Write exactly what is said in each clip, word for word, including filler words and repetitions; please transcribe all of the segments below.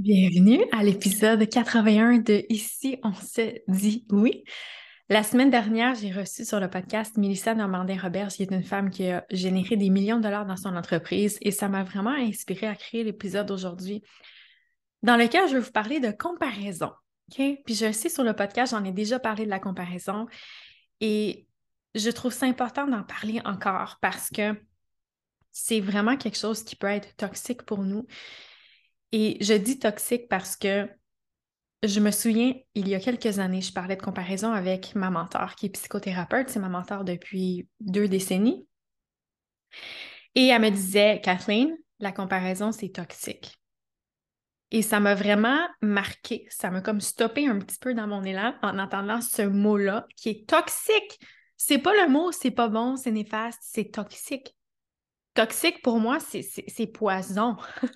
Bienvenue à l'épisode quatre-vingt-un de Ici, on se dit oui. La semaine dernière, j'ai reçu sur le podcast Mélissa Normandin-Roberge, qui est une femme qui a généré des millions de dollars dans son entreprise et ça m'a vraiment inspirée à créer l'épisode d'aujourd'hui dans lequel je vais vous parler de comparaison. OK? Puis je sais sur le podcast, j'en ai déjà parlé de la comparaison et je trouve ça important d'en parler encore parce que c'est vraiment quelque chose qui peut être toxique pour nous. Et je dis toxique parce que je me souviens, il y a quelques années, je parlais de comparaison avec ma mentor, qui est psychothérapeute. C'est ma mentor depuis deux décennies. Et elle me disait, Kathleen, la comparaison, c'est toxique. Et ça m'a vraiment marqué. Ça m'a comme stoppé un petit peu dans mon élan en entendant ce mot-là, qui est toxique. C'est pas le mot, c'est pas bon, c'est néfaste, c'est toxique. Toxique, pour moi, c'est c'est- c'est poison.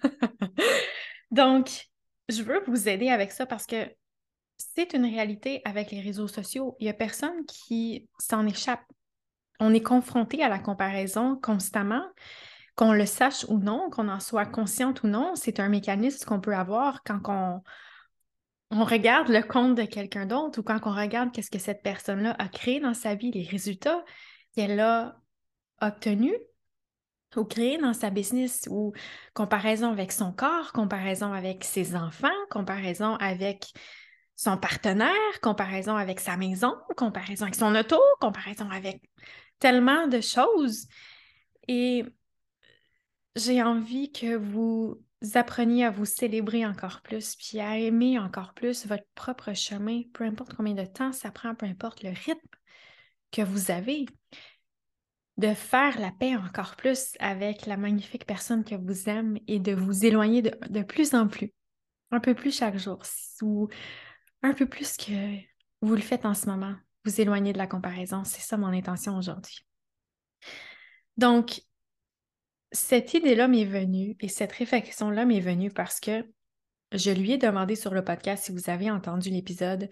Donc, je veux vous aider avec ça parce que c'est une réalité avec les réseaux sociaux. Il n'y a personne qui s'en échappe. On est confronté à la comparaison constamment, qu'on le sache ou non, qu'on en soit consciente ou non. C'est un mécanisme qu'on peut avoir quand on, on regarde le compte de quelqu'un d'autre ou quand on regarde qu'est-ce que cette personne-là a créé dans sa vie, les résultats qu'elle a obtenus ou créés dans sa business ou comparaison avec son corps, comparaison avec ses enfants, comparaison avec son partenaire, comparaison avec sa maison, comparaison avec son auto, comparaison avec tellement de choses. Et j'ai envie que vous appreniez à vous célébrer encore plus, puis à aimer encore plus votre propre chemin, peu importe combien de temps ça prend, peu importe le rythme que vous avez, de faire la paix encore plus avec la magnifique personne que vous aimez et de vous éloigner de, de plus en plus, un peu plus chaque jour, ou un peu plus que vous le faites en ce moment, vous éloigner de la comparaison. C'est ça mon intention aujourd'hui. Donc, cette idée-là m'est venue et cette réflexion-là m'est venue parce que je lui ai demandé sur le podcast si vous avez entendu l'épisode.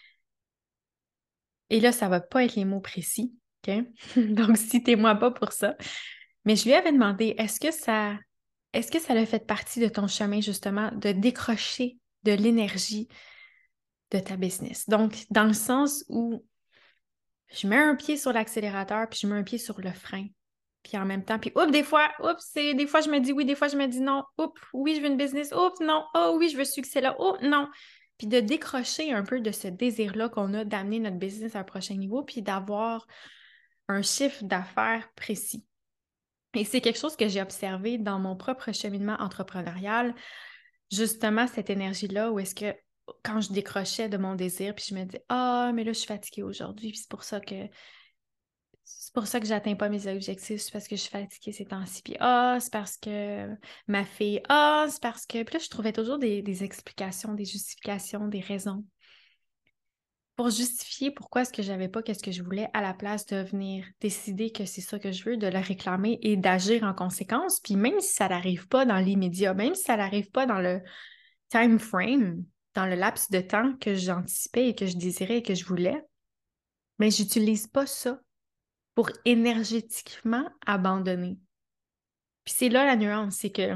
Et là, ça ne va pas être les mots précis, OK? Donc, citez-moi pas pour ça. Mais je lui avais demandé, est-ce que ça, est-ce que ça a fait partie de ton chemin, justement, de décrocher de l'énergie de ta business? Donc, dans le sens où je mets un pied sur l'accélérateur, puis je mets un pied sur le frein. Puis en même temps, puis oups, des fois, oups, c'est, des fois je me dis oui, des fois je me dis non. Oups, oui, je veux une business. Oups, non. Oh oui, je veux ce succès-là. Oh non. Puis de décrocher un peu de ce désir-là qu'on a d'amener notre business à un prochain niveau, puis d'avoir un chiffre d'affaires précis. Et c'est quelque chose que j'ai observé dans mon propre cheminement entrepreneurial, justement cette énergie-là où est-ce que quand je décrochais de mon désir, puis je me dis ah, mais là, je suis fatiguée aujourd'hui, puis c'est pour ça que c'est pour ça que j'atteins pas mes objectifs, c'est parce que je suis fatiguée ces temps-ci. Puis ah, c'est parce que ma fille, ah, c'est parce que. Puis là, je trouvais toujours des, des explications, des justifications, des raisons pour justifier pourquoi est-ce que j'avais pas qu'est-ce que je voulais à la place de venir décider que c'est ça que je veux, de le réclamer et d'agir en conséquence. Puis même si ça n'arrive pas dans l'immédiat, même si ça n'arrive pas dans le time frame, dans le laps de temps que j'anticipais et que je désirais et que je voulais, mais j'utilise pas ça pour énergétiquement abandonner. Puis c'est là la nuance, c'est que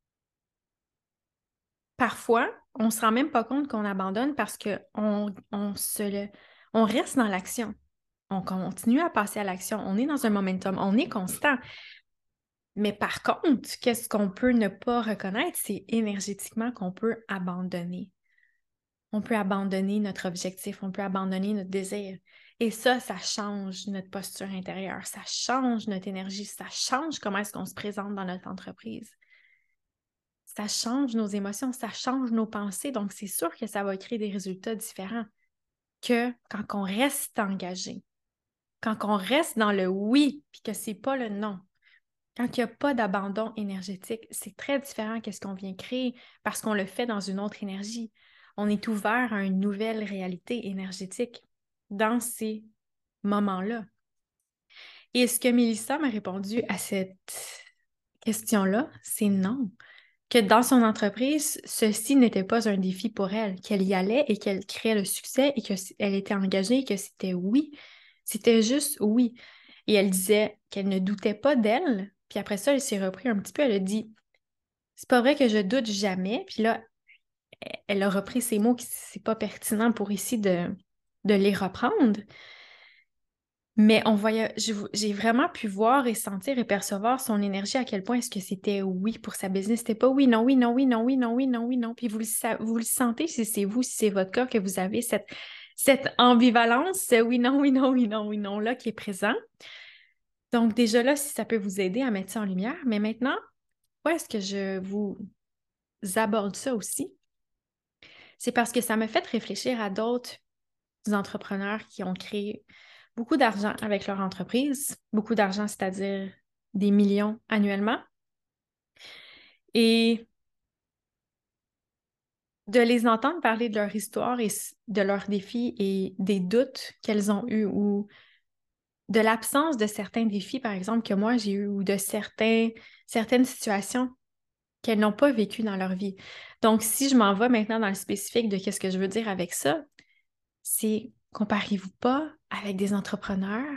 parfois, on ne se rend même pas compte qu'on abandonne parce qu'on on se le, on reste dans l'action. On continue à passer à l'action. On est dans un momentum. On est constant. Mais par contre, qu'est-ce qu'on peut ne pas reconnaître, c'est énergétiquement qu'on peut abandonner. On peut abandonner notre objectif, on peut abandonner notre désir. Et ça, ça change notre posture intérieure, ça change notre énergie, ça change comment est-ce qu'on se présente dans notre entreprise. Ça change nos émotions, ça change nos pensées. Donc, c'est sûr que ça va créer des résultats différents que quand on reste engagé, quand on reste dans le oui, puis que c'est pas le non. Quand il n'y a pas d'abandon énergétique, c'est très différent de ce qu'on vient créer parce qu'on le fait dans une autre énergie. On est ouvert à une nouvelle réalité énergétique dans ces moments-là. Et ce que Mélissa m'a répondu à cette question-là, c'est non. Que dans son entreprise, ceci n'était pas un défi pour elle, qu'elle y allait et qu'elle créait le succès et qu'elle était engagée et que c'était oui. C'était juste oui. Et elle disait qu'elle ne doutait pas d'elle. Puis après ça, elle s'est repris un petit peu. Elle a dit, c'est pas vrai que je doute jamais. Puis là, elle a repris ces mots qui c'est pas pertinent pour ici de, de les reprendre. Mais on voyait, j'ai vraiment pu voir et sentir et percevoir son énergie, à quel point est-ce que c'était oui pour sa business. C'était pas oui, non, oui, non, oui, non, oui, non, oui, non, oui, non. Puis vous le, vous le sentez si c'est vous, si c'est votre corps, que vous avez cette, cette ambivalence, ce oui, non, oui, non, oui, non, oui, non, là, qui est présent. Donc déjà là, si ça peut vous aider à mettre ça en lumière. Mais maintenant, pourquoi est-ce que je vous aborde ça aussi? C'est parce que ça m'a fait réfléchir à d'autres entrepreneurs qui ont créé beaucoup d'argent avec leur entreprise, beaucoup d'argent, c'est-à-dire des millions annuellement, et de les entendre parler de leur histoire et de leurs défis et des doutes qu'elles ont eus ou de l'absence de certains défis, par exemple, que moi j'ai eu ou de certains, certaines situations qu'elles n'ont pas vécues dans leur vie. Donc, si je m'en vais maintenant dans le spécifique de qu'est-ce que je veux dire avec ça, c'est comparez-vous pas avec des entrepreneurs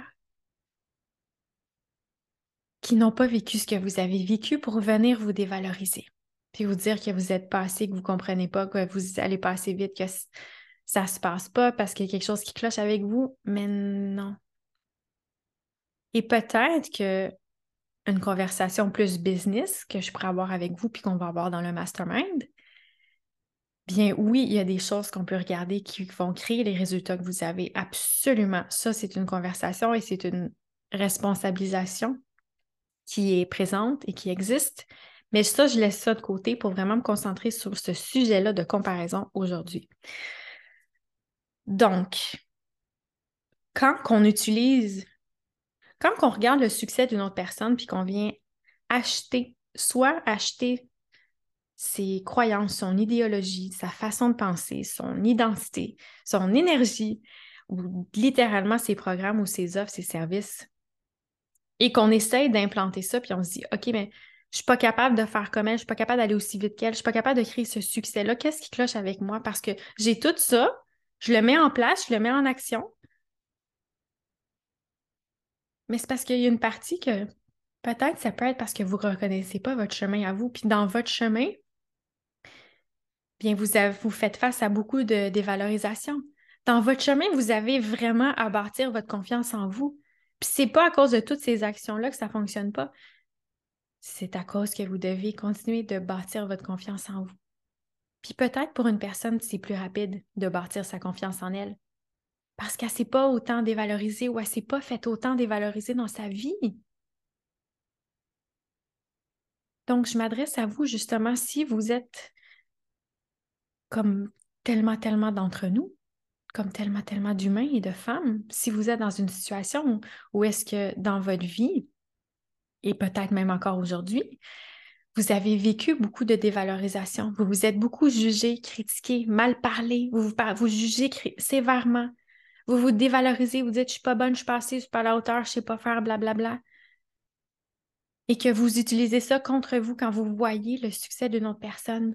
qui n'ont pas vécu ce que vous avez vécu pour venir vous dévaloriser. Puis vous dire que vous n'êtes pas assez, que vous ne comprenez pas, que vous allez pas assez vite, que ça ne se passe pas parce qu'il y a quelque chose qui cloche avec vous. Mais non. Et peut-être que une conversation plus business que je pourrais avoir avec vous puis qu'on va avoir dans le mastermind, bien oui, il y a des choses qu'on peut regarder qui vont créer les résultats que vous avez. Absolument. Ça, c'est une conversation et c'est une responsabilisation qui est présente et qui existe. Mais ça, je laisse ça de côté pour vraiment me concentrer sur ce sujet-là de comparaison aujourd'hui. Donc, quand on utilise, quand on regarde le succès d'une autre personne puis qu'on vient acheter, soit acheter ses croyances, son idéologie, sa façon de penser, son identité, son énergie, ou littéralement ses programmes ou ses offres, ses services, et qu'on essaye d'implanter ça, puis on se dit, OK, mais je suis pas capable de faire comme elle, je suis pas capable d'aller aussi vite qu'elle, je suis pas capable de créer ce succès-là. Qu'est-ce qui cloche avec moi? Parce que j'ai tout ça, je le mets en place, je le mets en action, mais c'est parce qu'il y a une partie que peut-être ça peut être parce que vous ne reconnaissez pas votre chemin à vous. Puis dans votre chemin, bien, vous, avez, vous faites face à beaucoup de dévalorisation. Dans votre chemin, vous avez vraiment à bâtir votre confiance en vous. Puis c'est pas à cause de toutes ces actions-là que ça ne fonctionne pas. C'est à cause que vous devez continuer de bâtir votre confiance en vous. Puis peut-être pour une personne, c'est plus rapide de bâtir sa confiance en elle parce qu'elle ne s'est pas autant dévalorisée ou elle ne s'est pas fait autant dévaloriser dans sa vie. Donc, je m'adresse à vous justement si vous êtes comme tellement, tellement d'entre nous, comme tellement, tellement d'humains et de femmes, si vous êtes dans une situation où est-ce que dans votre vie, et peut-être même encore aujourd'hui, vous avez vécu beaucoup de dévalorisation. Vous vous êtes beaucoup jugé, critiqué, mal parlé. Vous vous, par... vous jugez cré... sévèrement. Vous vous dévalorisez. Vous dites, je suis pas bonne, je suis pas assez, je suis pas à la hauteur, je sais pas faire, blablabla. Et que vous utilisez ça contre vous quand vous voyez le succès d'une autre personne.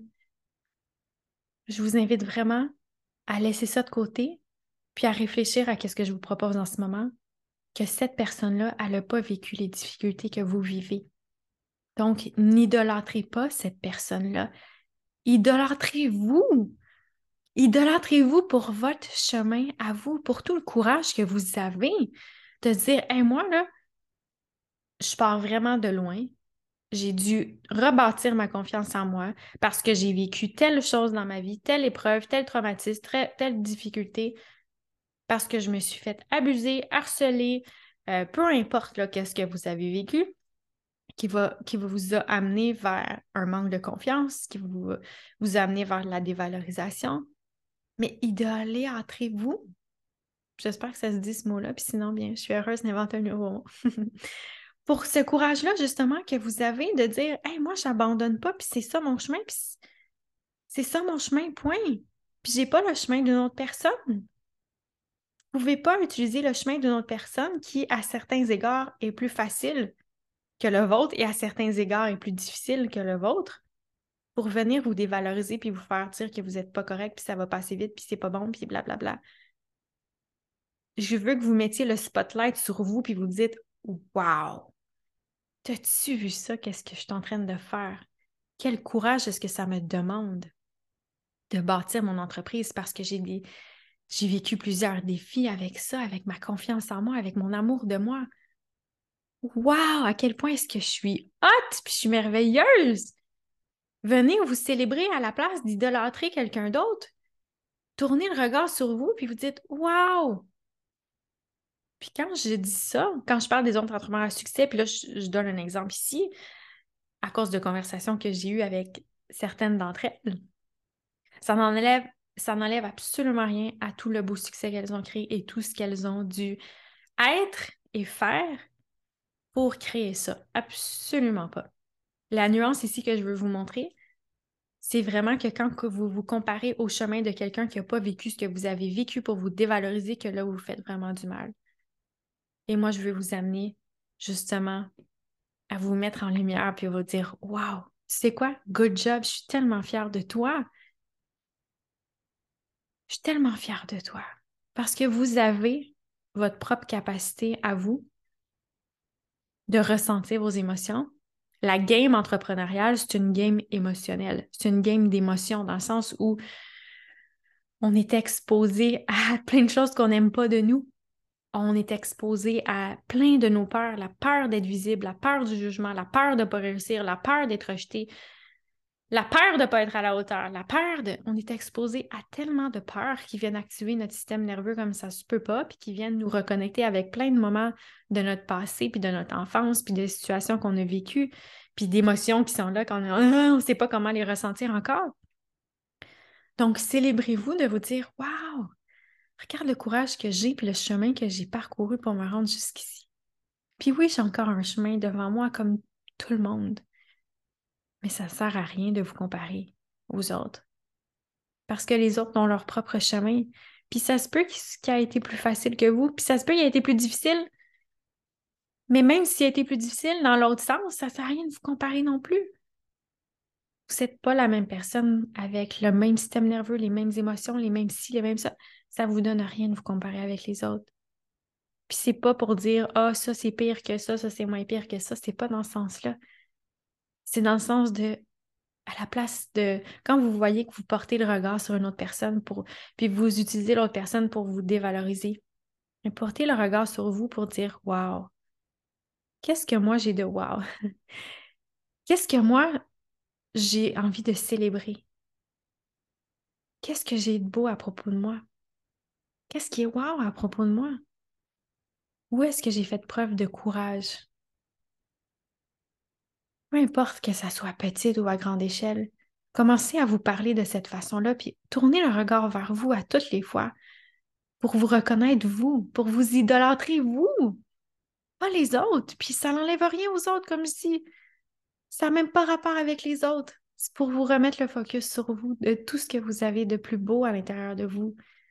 Je vous invite vraiment à laisser ça de côté, puis à réfléchir à ce que je vous propose en ce moment, que cette personne-là, elle n'a pas vécu les difficultés que vous vivez. Donc, n'idolâtrez pas cette personne-là. Idolâtrez-vous. Idolâtrez-vous pour votre chemin à vous, pour tout le courage que vous avez de dire, hey, moi, là, je pars vraiment de loin. J'ai dû rebâtir ma confiance en moi parce que j'ai vécu telle chose dans ma vie, telle épreuve, tel traumatisme, telle difficulté, parce que je me suis fait abuser, harceler, euh, peu importe là, qu'est-ce que vous avez vécu, qui va, qui vous a amené vers un manque de confiance, qui vous, vous a amené vers la dévalorisation. Mais idolâtrez-vous. J'espère que ça se dit ce mot-là, puis sinon, bien, je suis heureuse d'inventer un nouveau mot. Pour ce courage-là, justement, que vous avez de dire, hey, moi, je n'abandonne pas, puis c'est ça mon chemin, puis c'est ça mon chemin, point. Puis j'ai pas le chemin d'une autre personne. Vous ne pouvez pas utiliser le chemin d'une autre personne qui, à certains égards, est plus facile que le vôtre et à certains égards est plus difficile que le vôtre pour venir vous dévaloriser puis vous faire dire que vous n'êtes pas correct, puis ça va passer vite, puis c'est pas bon, puis blablabla. Je veux que vous mettiez le spotlight sur vous puis vous dites « Wow! T'as-tu vu ça? Qu'est-ce que je suis en train de faire? Quel courage est-ce que ça me demande? » de bâtir mon entreprise parce que j'ai des, j'ai vécu plusieurs défis avec ça, avec ma confiance en moi, avec mon amour de moi. Wow! À quel point est-ce que je suis hot puis je suis merveilleuse! Venez vous célébrer à la place d'idolâtrer quelqu'un d'autre. Tournez le regard sur vous puis vous dites wow! Puis quand je dis ça, quand je parle des autres entrepreneurs à succès, puis là, je, je donne un exemple ici, à cause de conversations que j'ai eues avec certaines d'entre elles, ça n'enlève, ça n'enlève absolument rien à tout le beau succès qu'elles ont créé et tout ce qu'elles ont dû être et faire pour créer ça. Absolument pas. La nuance ici que je veux vous montrer, c'est vraiment que quand que vous vous comparez au chemin de quelqu'un qui n'a pas vécu ce que vous avez vécu pour vous dévaloriser, que là, vous faites vraiment du mal. Et moi, je veux vous amener justement à vous mettre en lumière puis vous dire « Wow, tu sais quoi? Good job, je suis tellement fière de toi. Je suis tellement fière de toi. » Parce que vous avez votre propre capacité à vous de ressentir vos émotions. La game entrepreneuriale, c'est une game émotionnelle. C'est une game d'émotions dans le sens où on est exposé à plein de choses qu'on n'aime pas de nous. On est exposé à plein de nos peurs, la peur d'être visible, la peur du jugement, la peur de ne pas réussir, la peur d'être rejeté, la peur de ne pas être à la hauteur, la peur de... On est exposé à tellement de peurs qui viennent activer notre système nerveux comme ça se peut pas, puis qui viennent nous reconnecter avec plein de moments de notre passé, puis de notre enfance, puis des situations qu'on a vécues, puis d'émotions qui sont là quand on ne sait pas comment les ressentir encore. Donc, célébrez-vous de vous dire « Wow! Regarde le courage que j'ai, puis le chemin que j'ai parcouru pour me rendre jusqu'ici. » Puis oui, j'ai encore un chemin devant moi comme tout le monde. Mais ça ne sert à rien de vous comparer aux autres. Parce que les autres ont leur propre chemin. Puis ça se peut qu'il a été plus facile que vous, puis ça se peut qu'il a été plus difficile. Mais même s'il a été plus difficile dans l'autre sens, ça ne sert à rien de vous comparer non plus. Vous n'êtes pas la même personne avec le même système nerveux, les mêmes émotions, les mêmes ci, les mêmes ça. Ça ne vous donne rien de vous comparer avec les autres. Puis c'est pas pour dire « Ah, ça c'est pire que ça, ça c'est moins pire que ça ». C'est pas dans ce sens-là. C'est dans le sens de à la place de quand vous voyez que vous portez le regard sur une autre personne pour puis vous utilisez l'autre personne pour vous dévaloriser, mais portez le regard sur vous pour dire wow, qu'est-ce que moi j'ai de wow? Qu'est-ce que moi j'ai envie de célébrer? Qu'est-ce que j'ai de beau à propos de moi? Qu'est-ce qui est wow à propos de moi? Où est-ce que j'ai fait preuve de courage? Peu importe que ça soit petite ou à grande échelle, commencez à vous parler de cette façon-là, puis tournez le regard vers vous à toutes les fois pour vous reconnaître vous, pour vous idolâtrer vous, pas les autres. Puis ça n'enlève rien aux autres, comme si ça n'a même pas rapport avec les autres. C'est pour vous remettre le focus sur vous, de tout ce que vous avez de plus beau à l'intérieur de vous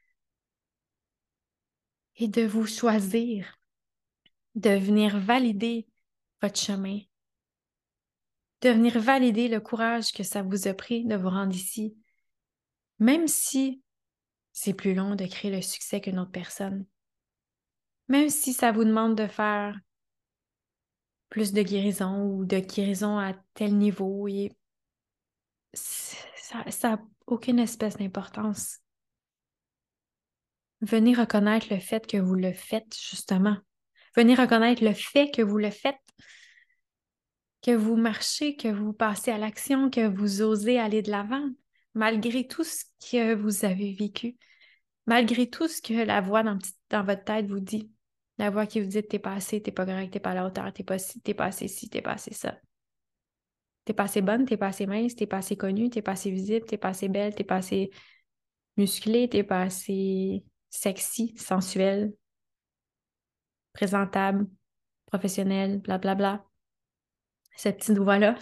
et de vous choisir, de venir valider votre chemin, de venir valider le courage que ça vous a pris de vous rendre ici, même si c'est plus long de créer le succès qu'une autre personne. Même si ça vous demande de faire plus de guérison ou de guérison à tel niveau, et ça n'a aucune espèce d'importance. Venez reconnaître le fait que vous le faites, justement. Venez reconnaître le fait que vous le faites, que vous marchez, que vous passez à l'action, que vous osez aller de l'avant, malgré tout ce que vous avez vécu. Malgré tout ce que la voix dans, dans votre tête vous dit, la voix qui vous dit t'es pas assez, t'es pas correct, t'es pas à la hauteur, t'es pas ci, t'es pas assez ci, t'es pas assez ça. T'es pas assez bonne, t'es pas assez mince, t'es pas assez connue, t'es pas assez visible, t'es pas assez belle, t'es pas assez musclée, t'es pas assez sexy, sensuelle, présentable, professionnelle, blablabla. Cette petite voix-là.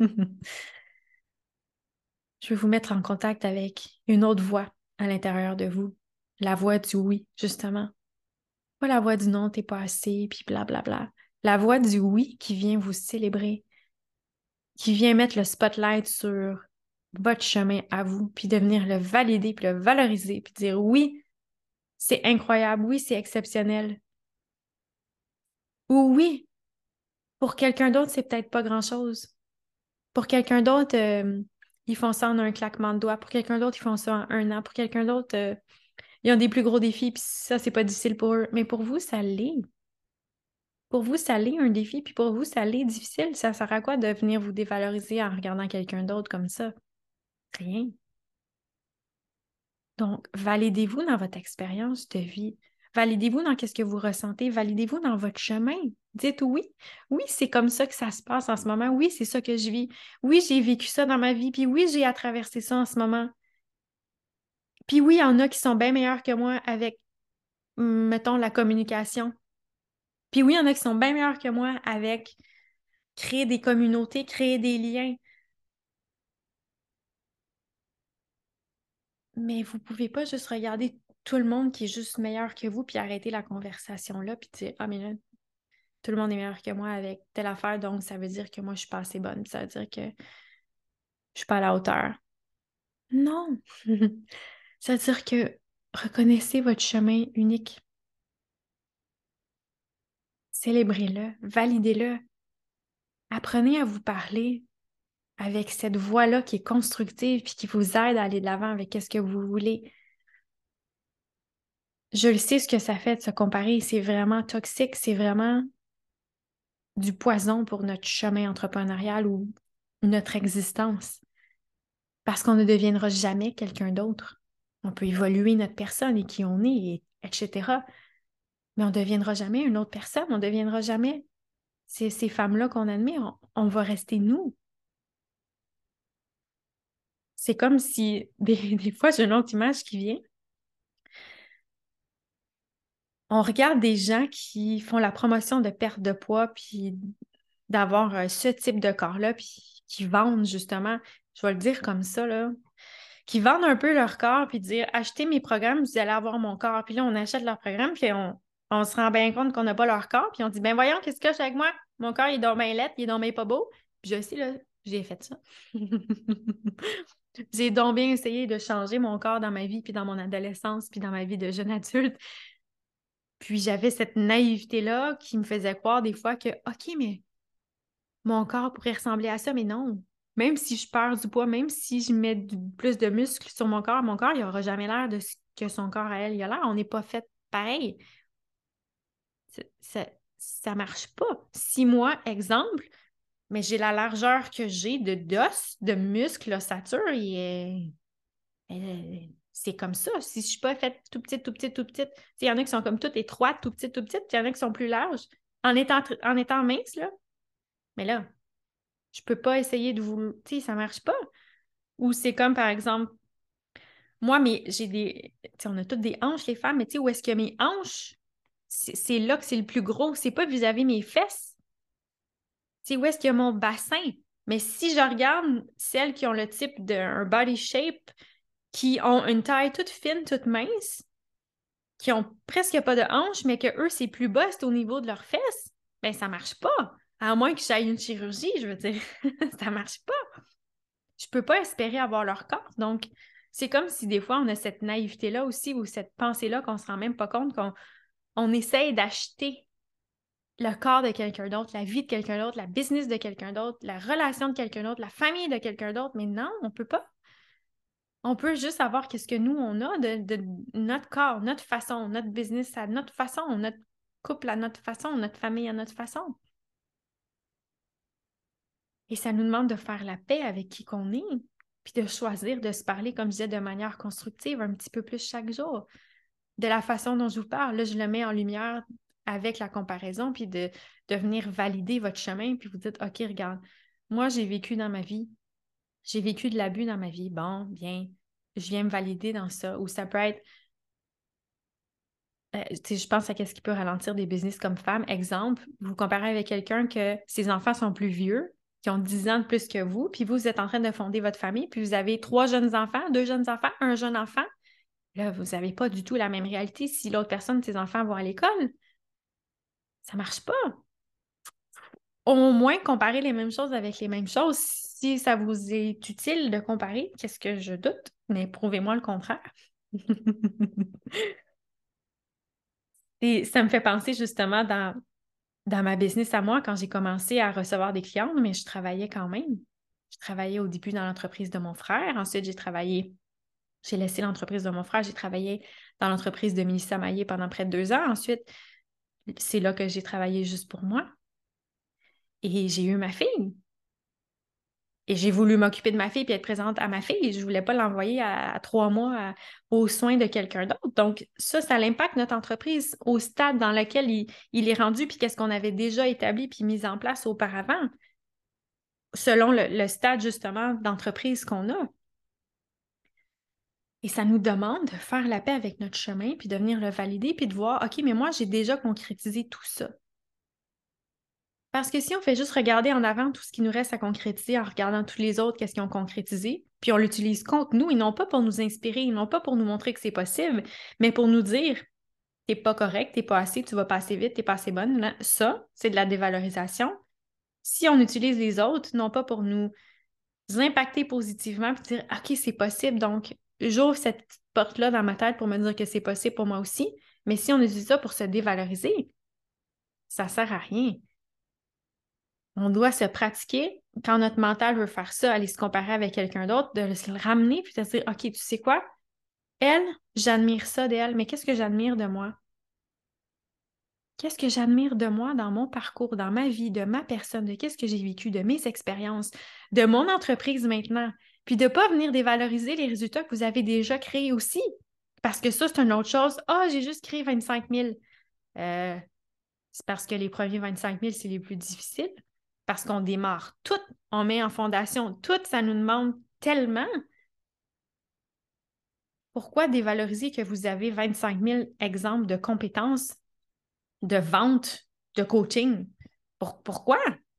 Je vais vous mettre en contact avec une autre voix à l'intérieur de vous. La voix du oui, justement. Pas la voix du non, t'es pas assez, puis blablabla. La voix du oui qui vient vous célébrer, qui vient mettre le spotlight sur votre chemin à vous, puis de venir le valider, puis le valoriser, puis dire oui, c'est incroyable, oui, c'est exceptionnel. Ou oui, pour quelqu'un d'autre, c'est peut-être pas grand-chose. Pour quelqu'un d'autre, euh, ils font ça en un claquement de doigts. Pour quelqu'un d'autre, ils font ça en un an. Pour quelqu'un d'autre, euh, ils ont des plus gros défis, puis ça, c'est pas difficile pour eux. Mais pour vous, ça l'est. Pour vous, ça l'est un défi, puis pour vous, ça l'est difficile. Ça sert à quoi de venir vous dévaloriser en regardant quelqu'un d'autre comme ça? Rien. Donc, validez-vous dans votre expérience de vie. Validez-vous dans ce que vous ressentez. Validez-vous dans votre chemin. Dites oui. Oui, c'est comme ça que ça se passe en ce moment. Oui, c'est ça que je vis. Oui, j'ai vécu ça dans ma vie. Puis oui, j'ai à traverser ça en ce moment. Puis oui, il y en a qui sont bien meilleurs que moi avec, mettons, la communication. Puis oui, il y en a qui sont bien meilleurs que moi avec créer des communautés, créer des liens. Mais vous pouvez pas juste regarder tout le monde qui est juste meilleur que vous, puis arrêter la conversation là, puis dire, ah, mais là, tout le monde est meilleur que moi avec telle affaire, donc ça veut dire que moi, je suis pas assez bonne, puis ça veut dire que je suis pas à la hauteur. Non! Ça veut dire que reconnaissez votre chemin unique. Célébrez-le, validez-le. Apprenez à vous parler avec cette voix-là qui est constructive puis qui vous aide à aller de l'avant avec ce que vous voulez. Je le sais ce que ça fait de se comparer, c'est vraiment toxique, c'est vraiment du poison pour notre chemin entrepreneurial ou notre existence. Parce qu'on ne deviendra jamais quelqu'un d'autre. On peut évoluer notre personne et qui on est, et, etc. Mais on ne deviendra jamais une autre personne, on ne deviendra jamais ces, ces femmes-là qu'on admire. On, on va rester nous. C'est comme si, des, des fois, j'ai une autre image qui vient. On regarde des gens qui font la promotion de perte de poids, puis d'avoir euh, ce type de corps-là, puis qui vendent justement, je vais le dire comme ça, là, qui vendent un peu leur corps, puis dire achetez mes programmes, vous allez avoir mon corps. Puis là, on achète leur programme, puis on, on se rend bien compte qu'on n'a pas leur corps, puis on dit ben voyons, qu'est-ce que j'ai avec moi? Mon corps, il est donc bien laid, il est donc bien pas beau. Puis je sais, là, j'ai fait ça. J'ai donc bien essayé de changer mon corps dans ma vie, puis dans mon adolescence, puis dans ma vie de jeune adulte. Puis j'avais cette naïveté-là qui me faisait croire des fois que, OK, mais mon corps pourrait ressembler à ça, mais non. Même si je perds du poids, même si je mets du- plus de muscles sur mon corps, mon corps, il n'aura jamais l'air de ce que son corps à elle, il a l'air. On n'est pas fait pareil. Ça, ça, ça marche pas. Si moi, exemple, mais j'ai la largeur que j'ai de d'os, de muscles, l'ossature, et euh, c'est comme ça. Si je suis pas faite tout petite, tout petite, tout petite, il y en a qui sont comme toutes étroites, tout petites, tout petites, il y en a qui sont plus larges. En étant, tr- en étant mince, là, mais là, je peux pas essayer de vous... Tu sais, ça marche pas. Ou c'est comme, par exemple, moi, mais j'ai des... Tu sais, on a toutes des hanches, les femmes, mais tu sais, où est-ce que mes hanches, c'est c'est là que c'est le plus gros. C'est pas vis-à-vis mes fesses. Tu sais, où est-ce qu'il y a mon bassin? Mais si je regarde celles qui ont le type d'un body shape, qui ont une taille toute fine, toute mince, qui ont presque pas de hanches, mais que eux, c'est plus bas, c'est au niveau de leurs fesses, ben ça marche pas. À moins que j'aille une chirurgie, je veux dire. Ça marche pas. Je peux pas espérer avoir leur corps. Donc, c'est comme si des fois, on a cette naïveté-là aussi ou cette pensée-là qu'on se rend même pas compte qu'on on essaye d'acheter le corps de quelqu'un d'autre, la vie de quelqu'un d'autre, la business de quelqu'un d'autre, la relation de quelqu'un d'autre, la famille de quelqu'un d'autre. Mais non, on peut pas. On peut juste avoir qu'est-ce que nous, on a de, de notre corps, notre façon, notre business à notre façon, notre couple à notre façon, notre famille à notre façon. Et ça nous demande de faire la paix avec qui qu'on est, puis de choisir de se parler, comme je disais, de manière constructive un petit peu plus chaque jour. De la façon dont je vous parle, là, je le mets en lumière avec la comparaison, puis de, de venir valider votre chemin, puis vous dites, OK, regarde, moi, j'ai vécu dans ma vie, j'ai vécu de l'abus dans ma vie, bon, bien, je viens me valider dans ça. Ou ça peut être, euh, tu sais, je pense à qu'est-ce qui peut ralentir des business comme femme. Exemple, vous comparez avec quelqu'un que ses enfants sont plus vieux, qui ont dix ans de plus que vous, puis vous, vous êtes en train de fonder votre famille, puis vous avez trois jeunes enfants, deux jeunes enfants, un jeune enfant. Là, vous n'avez pas du tout la même réalité. Si l'autre personne, ses enfants vont à l'école, ça marche pas. Au moins, comparer les mêmes choses avec les mêmes choses. Si ça vous est utile de comparer, qu'est-ce que je doute, mais prouvez-moi le contraire. Et ça me fait penser justement dans, dans ma business à moi, quand j'ai commencé à recevoir des clientes, mais je travaillais quand même. Je travaillais au début dans l'entreprise de mon frère. Ensuite, j'ai travaillé, j'ai laissé l'entreprise de mon frère. J'ai travaillé dans l'entreprise de Mélissa Maillé pendant près de deux ans. Ensuite, c'est là que j'ai travaillé juste pour moi. Et j'ai eu ma fille. Et j'ai voulu m'occuper de ma fille et être présente à ma fille. Je ne voulais pas l'envoyer à, à trois mois à- aux soins de quelqu'un d'autre. Donc, ça, ça impacte notre entreprise au stade dans lequel il, il est rendu, puis qu'est-ce qu'on avait déjà établi puis mis en place auparavant, selon le, le stade, justement, d'entreprise qu'on a. Et ça nous demande de faire la paix avec notre chemin, puis de venir le valider, puis de voir, OK, mais moi, j'ai déjà concrétisé tout ça. Parce que si on fait juste regarder en avant tout ce qui nous reste à concrétiser en regardant tous les autres, qu'est-ce qu'ils ont concrétisé, puis on l'utilise contre nous, ils n'ont pas pour nous inspirer, ils n'ont pas pour nous montrer que c'est possible, mais pour nous dire, t'es pas correct, t'es pas assez, tu vas pas assez vite, t'es pas assez bonne. Ça, c'est de la dévalorisation. Si on utilise les autres, non pas pour nous impacter positivement, puis dire, OK, c'est possible, donc j'ouvre cette petite porte-là dans ma tête pour me dire que c'est possible pour moi aussi, mais si on utilise ça pour se dévaloriser, ça sert à rien. On doit se pratiquer quand notre mental veut faire ça, aller se comparer avec quelqu'un d'autre, de se le ramener puis de se dire, OK, tu sais quoi? Elle, j'admire ça d'elle, mais qu'est-ce que j'admire de moi? Qu'est-ce que j'admire de moi dans mon parcours, dans ma vie, de ma personne, de qu'est-ce que j'ai vécu, de mes expériences, de mon entreprise maintenant? Puis de ne pas venir dévaloriser les résultats que vous avez déjà créés aussi. Parce que ça, c'est une autre chose. Ah, j'ai juste créé vingt-cinq mille. Euh, c'est parce que les premiers vingt-cinq mille, c'est les plus difficiles. Parce qu'on démarre tout, on met en fondation tout, ça nous demande tellement. Pourquoi dévaloriser que vous avez vingt-cinq mille exemples de compétences, de vente, de coaching? Pour, pourquoi?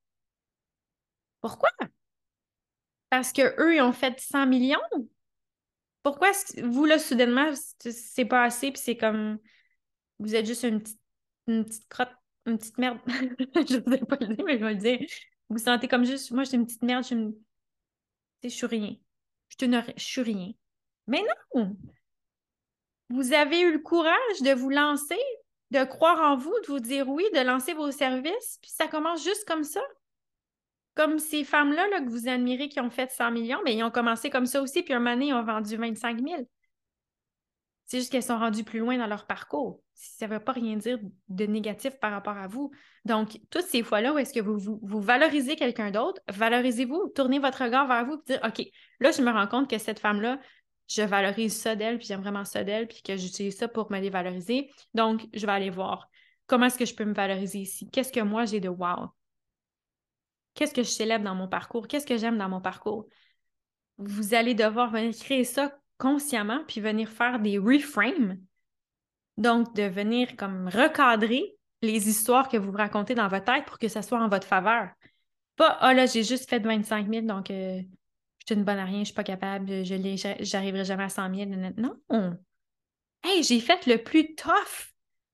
Pourquoi? Parce qu'eux, ils ont fait cent millions? Pourquoi vous, là, soudainement, c'est pas assez, puis c'est comme, vous êtes juste une petite, une petite crotte, une petite merde. Je ne sais pas le dire, mais je vais le dire. Vous vous sentez comme juste, moi, je suis une petite merde, je suis une je suis rien. Je, te ne... je suis rien. Mais non! Vous avez eu le courage de vous lancer, de croire en vous, de vous dire oui, de lancer vos services, puis ça commence juste comme ça. Comme ces femmes-là là, que vous admirez qui ont fait cent millions, mais ils ont commencé comme ça aussi, puis un moment donné, ils ont vendu vingt-cinq mille. C'est juste qu'elles sont rendues plus loin dans leur parcours. Ça ne veut pas rien dire de négatif par rapport à vous. Donc, toutes ces fois-là où est-ce que vous, vous, vous valorisez quelqu'un d'autre, valorisez-vous, tournez votre regard vers vous et dire, OK, là, je me rends compte que cette femme-là, je valorise ça d'elle, puis j'aime vraiment ça d'elle, puis que j'utilise ça pour me dévaloriser. Donc, je vais aller voir comment est-ce que je peux me valoriser ici. Qu'est-ce que moi, j'ai de wow? Qu'est-ce que je célèbre dans mon parcours? Qu'est-ce que j'aime dans mon parcours? Vous allez devoir venir créer ça consciemment, puis venir faire des reframes. Donc, de venir comme recadrer les histoires que vous vous racontez dans votre tête pour que ça soit en votre faveur. Pas, ah là, j'ai juste fait vingt-cinq mille, donc euh, je suis une bonne à rien, je suis pas capable, je j'arriverai jamais à cent mille. Non! Hey, j'ai fait le plus tough!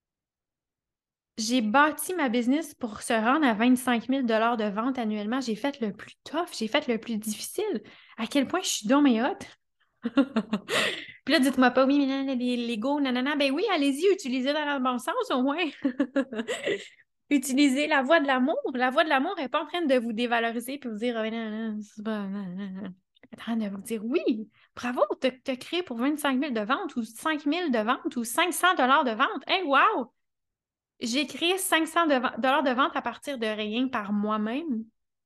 J'ai bâti ma business pour se rendre à vingt-cinq mille dollars de vente annuellement. J'ai fait le plus tough, j'ai fait le plus difficile. À quel point je suis donc mes hot? Puis là, dites-moi pas, oui, mais là, les Lego, nanana. Ben oui, allez-y, utilisez dans le bon sens au moins. Utilisez la voix de l'amour. La voix de l'amour n'est pas en train de vous dévaloriser puis vous dire, oh, non, non, c'est pas. Non, non, non. Elle est en train de vous dire, oui, bravo, tu as créé pour vingt-cinq mille de vente ou cinq mille de vente ou cinq cents dollars de vente. Hey, wow! J'ai créé cinq cents dollars de vente à partir de rien par moi-même.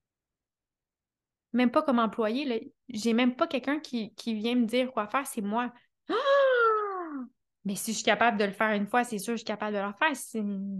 Même pas comme employé, là. J'ai même pas quelqu'un qui, qui vient me dire quoi faire, c'est moi. Ah! Mais si je suis capable de le faire une fois, c'est sûr que je suis capable de le faire. C'est...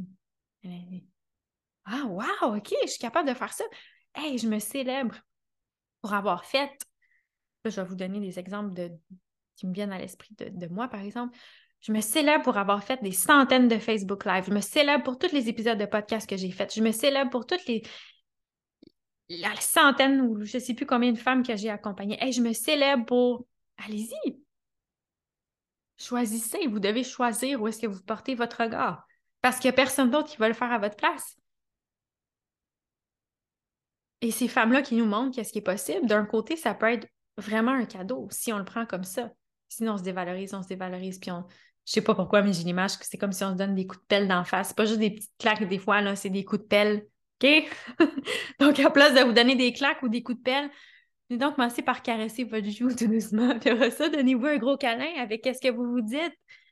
Ah, wow, OK, je suis capable de faire ça. Hey, je me célèbre pour avoir fait. Là, je vais vous donner des exemples de... qui me viennent à l'esprit de, de moi, par exemple. Je me célèbre pour avoir fait des centaines de Facebook Live. Je me célèbre pour tous les épisodes de podcast que j'ai faits. Je me célèbre pour toutes les la centaine ou je ne sais plus combien de femmes que j'ai accompagnées. Hey, je me célèbre pour... Allez-y! Choisissez, vous devez choisir où est-ce que vous portez votre regard. Parce qu'il n'y a personne d'autre qui va le faire à votre place. Et ces femmes-là qui nous montrent qu'est-ce qui est possible, d'un côté, ça peut être vraiment un cadeau si on le prend comme ça. Sinon, on se dévalorise, on se dévalorise, puis on... Je sais pas pourquoi, mais j'ai l'image que c'est comme si on se donne des coups de pelle d'en face. C'est pas juste des petites claques des fois, là, c'est des coups de pelle. OK? Donc, à place de vous donner des claques ou des coups de pelle, Et donc, commencez par caresser votre joue tout doucement. Puis après ça, donnez-vous un gros câlin avec ce que vous vous dites.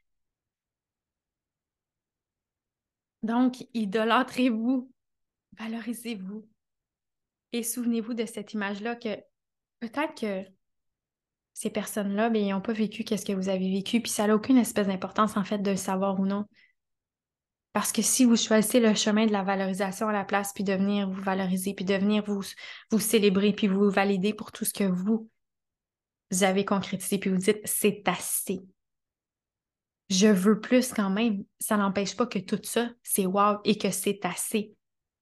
Donc, idolâtrez-vous, valorisez-vous. Et souvenez-vous de cette image-là que peut-être que ces personnes-là, bien, ils n'ont pas vécu qu'est-ce que vous avez vécu, puis ça n'a aucune espèce d'importance, en fait, de le savoir ou non. Parce que si vous choisissez le chemin de la valorisation à la place, puis de venir vous valoriser, puis de venir vous, vous célébrer, puis vous valider pour tout ce que vous, vous avez concrétisé, puis vous dites, c'est assez. Je veux plus quand même. Ça n'empêche pas que tout ça, c'est wow et que c'est assez.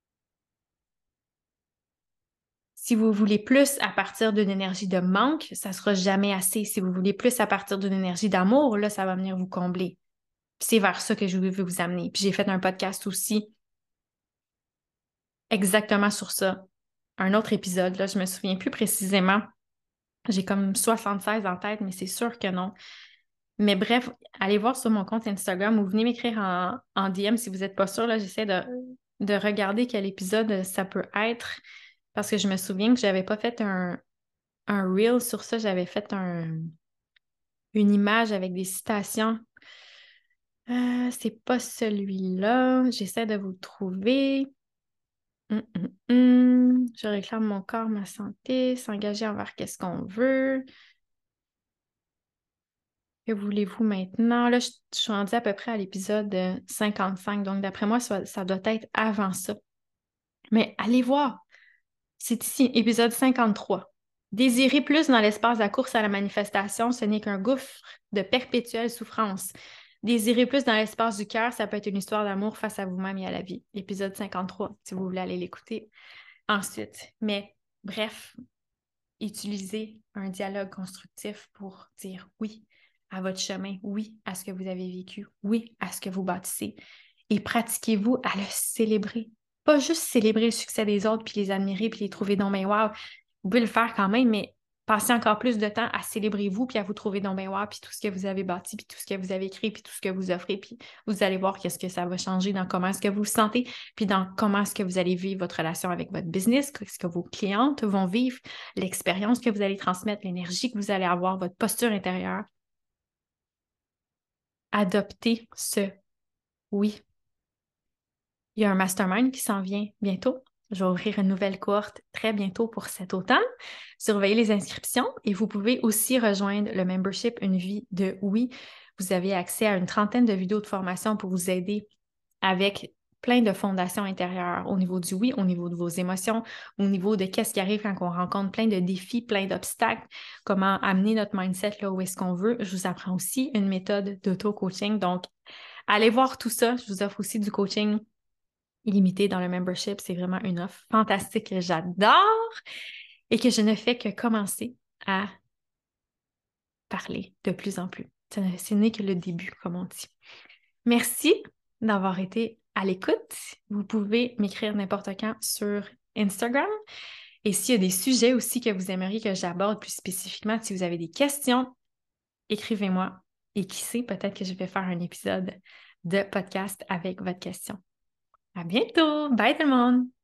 Si vous voulez plus à partir d'une énergie de manque, ça ne sera jamais assez. Si vous voulez plus à partir d'une énergie d'amour, là, ça va venir vous combler. Puis c'est vers ça que je veux vous amener. Puis j'ai fait un podcast aussi exactement sur ça. Un autre épisode, là, je me souviens plus précisément. J'ai comme soixante-seize en tête, mais c'est sûr que non. Mais bref, allez voir sur mon compte Instagram ou venez m'écrire en, en D M si vous n'êtes pas sûr. Là, j'essaie de, de regarder quel épisode ça peut être parce que je me souviens que j'avais pas fait un, un reel sur ça. J'avais fait un, une image avec des citations. Euh, c'est pas celui-là. J'essaie de vous le trouver. Hum, hum, hum. Je réclame mon corps, ma santé, s'engager envers qu'est-ce qu'on veut. Que voulez-vous maintenant? Là, je, je suis rendue à peu près à l'épisode euh, cinquante-cinq, donc d'après moi, ça, ça doit être avant ça. Mais allez voir, c'est ici, épisode cinquante-trois. Désirer plus dans l'espace de la course à la manifestation, ce n'est qu'un gouffre de perpétuelle souffrance. Désirer plus dans l'espace du cœur, ça peut être une histoire d'amour face à vous-même et à la vie. Épisode cinquante-trois, si vous voulez aller l'écouter ensuite. Mais bref, utilisez un dialogue constructif pour dire oui à votre chemin, oui à ce que vous avez vécu, oui à ce que vous bâtissez. Et pratiquez-vous à le célébrer. Pas juste célébrer le succès des autres, puis les admirer, puis les trouver donc ben wow. Vous pouvez le faire quand même, mais passez encore plus de temps à célébrer vous, puis à vous trouver donc ben wow, puis tout ce que vous avez bâti, puis tout ce que vous avez créé, puis tout ce que vous offrez, puis vous allez voir qu'est-ce que ça va changer dans comment est-ce que vous vous sentez, puis dans comment est-ce que vous allez vivre votre relation avec votre business, qu'est-ce que vos clientes vont vivre, l'expérience que vous allez transmettre, l'énergie que vous allez avoir, votre posture intérieure. Adoptez ce oui. Il y a un mastermind qui s'en vient bientôt. Je vais ouvrir une nouvelle cohorte très bientôt pour cet automne. Surveillez les inscriptions et vous pouvez aussi rejoindre le membership Une vie de oui. Vous avez accès à une trentaine de vidéos de formation pour vous aider avec plein de fondations intérieures au niveau du oui, au niveau de vos émotions, au niveau de qu'est-ce qui arrive quand on rencontre plein de défis, plein d'obstacles, comment amener notre mindset là où est-ce qu'on veut. Je vous apprends aussi une méthode d'auto-coaching. Donc, allez voir tout ça. Je vous offre aussi du coaching illimité dans le membership. C'est vraiment une offre fantastique que j'adore et que je ne fais que commencer à parler de plus en plus. Ce n'est que le début, comme on dit. Merci d'avoir été à l'écoute. Vous pouvez m'écrire n'importe quand sur Instagram. Et s'il y a des sujets aussi que vous aimeriez que j'aborde plus spécifiquement, si vous avez des questions, écrivez-moi. Et qui sait, peut-être que je vais faire un épisode de podcast avec votre question. À bientôt! Bye tout le monde!